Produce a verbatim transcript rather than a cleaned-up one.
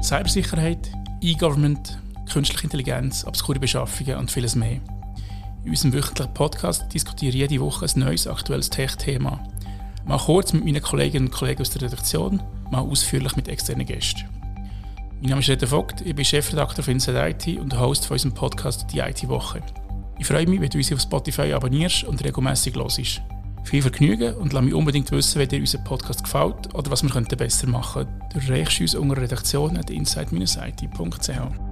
Cybersicherheit, E-Government, künstliche Intelligenz, obskure Beschaffungen und vieles mehr. In unserem wöchentlichen Podcast diskutiere ich jede Woche ein neues, aktuelles Tech-Thema. Mal kurz mit meinen Kolleginnen und Kollegen aus der Redaktion, mal ausführlich mit externen Gästen. Mein Name ist Reto Vogt, ich bin Chefredakteur von Inside I T und Host von unserem Podcast «Die I T-Woche». Ich freue mich, wenn du uns auf Spotify abonnierst und regelmässig hörst. Viel Vergnügen und lass mich unbedingt wissen, wenn dir unser Podcast gefällt oder was wir besser machen könnten. Du erreichst uns unter redaktion at inside dash i t punkt c h.